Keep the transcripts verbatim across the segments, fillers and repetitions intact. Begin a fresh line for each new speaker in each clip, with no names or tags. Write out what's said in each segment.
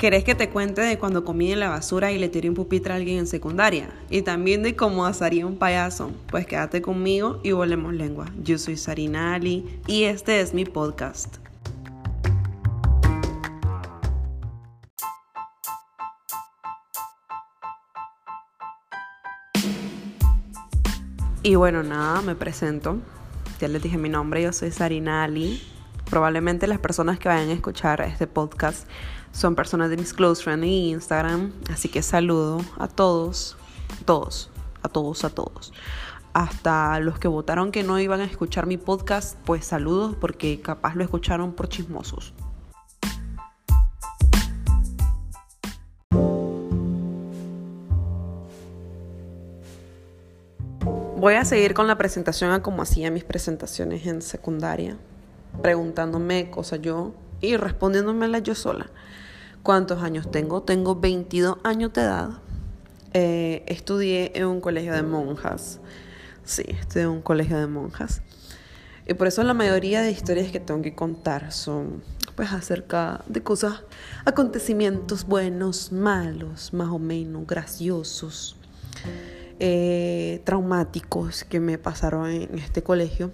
¿Querés que te cuente de cuando comí en la basura y le tiré un pupitre a alguien en secundaria? Y también de cómo asaría un payaso. Pues quédate conmigo y volemos lengua. Yo soy Sarina Ali y este es mi podcast. Y bueno, nada, me presento. Ya les dije mi nombre, yo soy Sarina Ali. Probablemente las personas que vayan a escuchar este podcast son personas de mis close friends en Instagram. Así que saludo a todos, todos, a todos, a todos. Hasta los que votaron que no iban a escuchar mi podcast, pues saludos porque capaz lo escucharon por chismosos. Voy a seguir con la presentación a como hacía mis presentaciones en secundaria, preguntándome cosas yo y respondiéndomelas yo sola. ¿Cuántos años tengo? Tengo veintidós años de edad. Eh, estudié en un colegio de monjas. Sí, estudié en un colegio de monjas. Y por eso la mayoría de historias que tengo que contar son pues acerca de cosas, acontecimientos buenos, malos, más o menos graciosos, eh, traumáticos que me pasaron en este colegio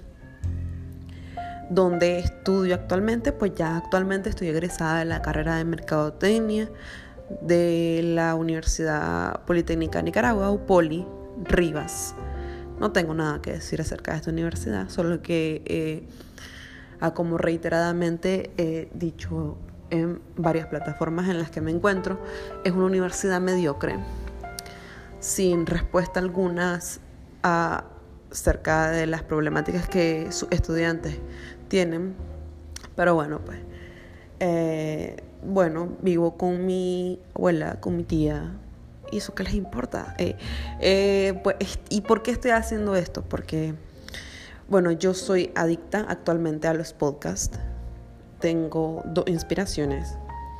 donde estudio actualmente. Pues ya actualmente estoy egresada de la carrera de Mercadotecnia de la Universidad Politécnica de Nicaragua, U Poli Rivas. No tengo nada que decir acerca de esta universidad, solo que eh, a como reiteradamente he dicho en varias plataformas en las que me encuentro, es una universidad mediocre, sin respuesta alguna a acerca de las problemáticas que sus estudiantes tienen. Pero bueno, pues eh, bueno, vivo con mi abuela, con mi tía, y eso qué les importa. Eh, eh, pues, ¿y por qué estoy haciendo esto? Porque bueno, yo soy adicta actualmente a los podcasts. Tengo dos inspiraciones.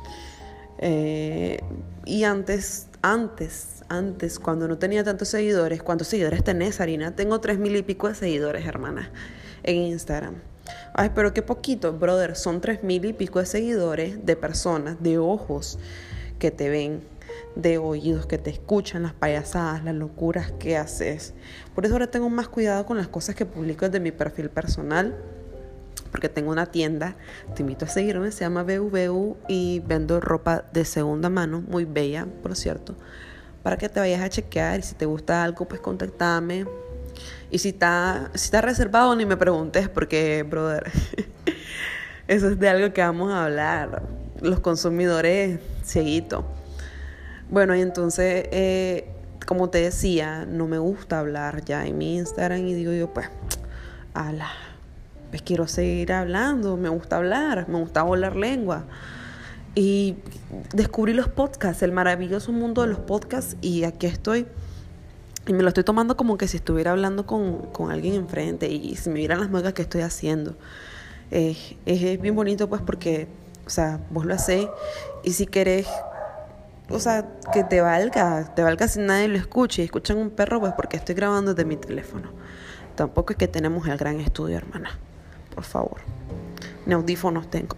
Eh, y antes, antes, antes, cuando no tenía tantos seguidores, ¿cuántos seguidores tenés, Sarina? Tengo tres mil y pico de seguidores, hermana, en Instagram. Ay, pero qué poquito, brother, son tres mil y pico de seguidores, de personas, de ojos que te ven, de oídos que te escuchan, las payasadas, las locuras que haces. Por eso ahora tengo más cuidado con las cosas que publico desde mi perfil personal, porque tengo una tienda, te invito a seguirme, se llama B U B U y vendo ropa de segunda mano, muy bella, por cierto, para que te vayas a chequear y si te gusta algo, pues contactame. Y si está, si está reservado, ni me preguntes porque, brother, eso es de algo que vamos a hablar, los consumidores cieguitos. Bueno, y entonces, eh, como te decía, no me gusta hablar ya en mi Instagram y digo yo, pues, ala. Pues quiero seguir hablando, me gusta hablar, me gusta volar lengua. Y descubrí los podcasts, el maravilloso mundo de los podcasts, y aquí estoy. Y me lo estoy tomando como que si estuviera hablando con, con alguien enfrente y si me vieran las muecas que estoy haciendo. Eh, es, es bien bonito pues porque, o sea, vos lo hacés y si querés, o sea, que te valga, te valga si nadie lo escuche y escuchan un perro, pues porque estoy grabando desde mi teléfono. Tampoco es que tenemos el gran estudio, hermana. Por favor. Ni audífonos tengo.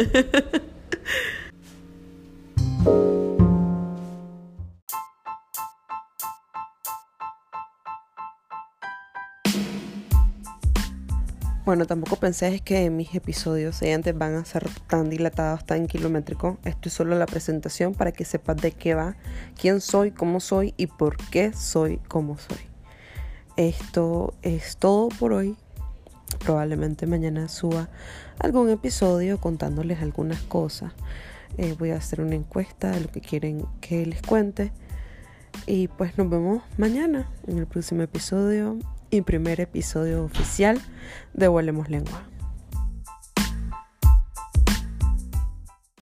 Bueno, tampoco pensé que mis episodios siguientes van a ser tan dilatados, tan kilométricos. Esto es solo la presentación para que sepas de qué va, quién soy, cómo soy y por qué soy como soy. Esto es todo por hoy. Probablemente mañana suba algún episodio contándoles algunas cosas. Eh, voy a hacer una encuesta de lo que quieren que les cuente. Y pues nos vemos mañana en el próximo episodio y primer episodio oficial de Volemos Lengua.